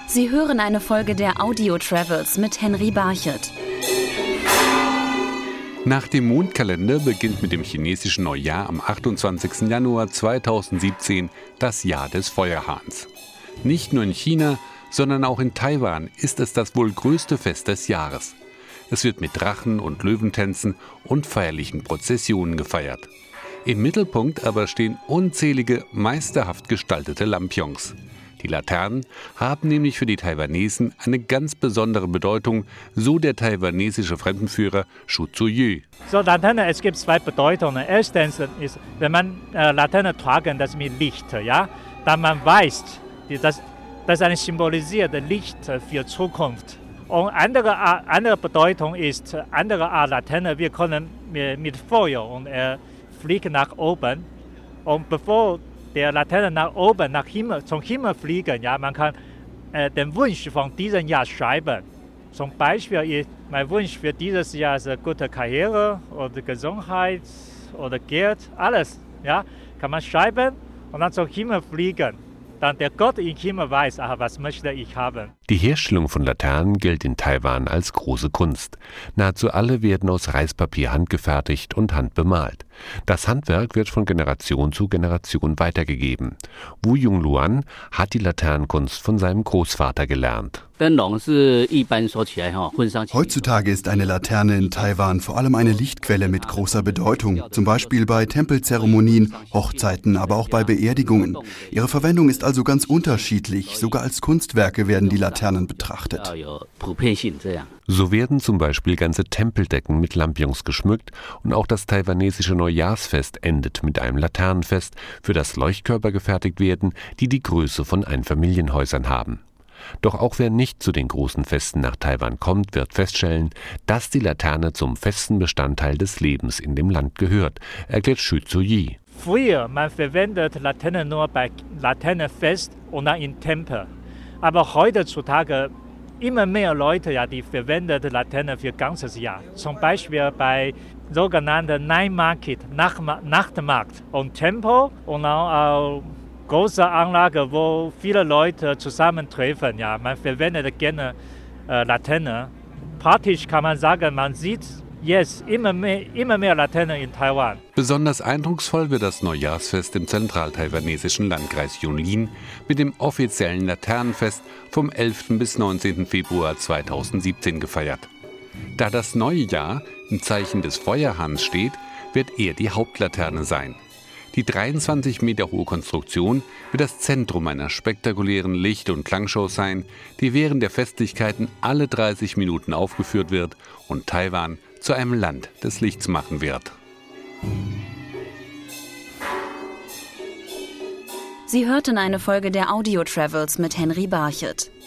Sie hören eine Folge der Audio Travels mit Henry Barchet. Nach dem Mondkalender beginnt mit dem chinesischen Neujahr am 28. Januar 2017 das Jahr des Feuerhahns. Nicht nur in China, sondern auch in Taiwan ist es das wohl größte Fest des Jahres. Es wird mit Drachen- und Löwentänzen und feierlichen Prozessionen gefeiert. Im Mittelpunkt aber stehen unzählige, meisterhaft gestaltete Lampions. Die Laternen haben nämlich für die Taiwanesen eine ganz besondere Bedeutung, so der taiwanesische Fremdenführer Xu Zuyue. So, Laterne, es gibt zwei Bedeutungen. Erstens ist, wenn man Laterne tragen, das mit Licht, ja, dann man weiß, dass das eine symbolisierte Licht für Zukunft. Und andere Bedeutung ist, andere Art Laterne, wir können mit Feuer und fliegen nach oben. Und bevor der Laterne nach oben, zum Himmel fliegen, ja, man kann den Wunsch von diesem Jahr schreiben. Zum Beispiel, mein Wunsch für dieses Jahr ist gute Karriere oder Gesundheit oder Geld, alles, ja, kann man schreiben und dann zum Himmel fliegen. Dann der Gott im Himmel weiß, was möchte ich haben. Die Herstellung von Laternen gilt in Taiwan als große Kunst. Nahezu alle werden aus Reispapier handgefertigt und handbemalt. Das Handwerk wird von Generation zu Generation weitergegeben. Wu Yongluan hat die Laternenkunst von seinem Großvater gelernt. Heutzutage ist eine Laterne in Taiwan vor allem eine Lichtquelle mit großer Bedeutung, zum Beispiel bei Tempelzeremonien, Hochzeiten, aber auch bei Beerdigungen. Ihre Verwendung ist also ganz unterschiedlich, sogar als Kunstwerke werden die Laternen betrachtet. So werden zum Beispiel ganze Tempeldecken mit Lampions geschmückt und auch das taiwanesische Neujahrsfest endet mit einem Laternenfest, für das Leuchtkörper gefertigt werden, die die Größe von Einfamilienhäusern haben. Doch auch wer nicht zu den großen Festen nach Taiwan kommt, wird feststellen, dass die Laterne zum festen Bestandteil des Lebens in dem Land gehört, erklärt Xu Zuyue. Früher, man verwendet Laterne nur bei Laternenfest und dann in Tempel. Aber heutzutage immer mehr Leute, ja, die verwenden Laterne für ganzes Jahr. Zum Beispiel bei sogenannten Night Market, Nachtmarkt und Tempel und auch große Anlage, wo viele Leute zusammentreffen. Ja, man verwendet gerne Laterne. Praktisch kann man sagen, man sieht jetzt immer mehr Laternen in Taiwan. Besonders eindrucksvoll wird das Neujahrsfest im zentraltaiwanesischen Landkreis Yunlin mit dem offiziellen Laternenfest vom 11. bis 19. Februar 2017 gefeiert. Da das neue Jahr im Zeichen des Feuerhahns steht, wird er die Hauptlaterne sein. Die 23 Meter hohe Konstruktion wird das Zentrum einer spektakulären Licht- und Klangshow sein, die während der Festlichkeiten alle 30 Minuten aufgeführt wird und Taiwan zu einem Land des Lichts machen wird. Sie hörten eine Folge der Audio Travels mit Henry Barchet.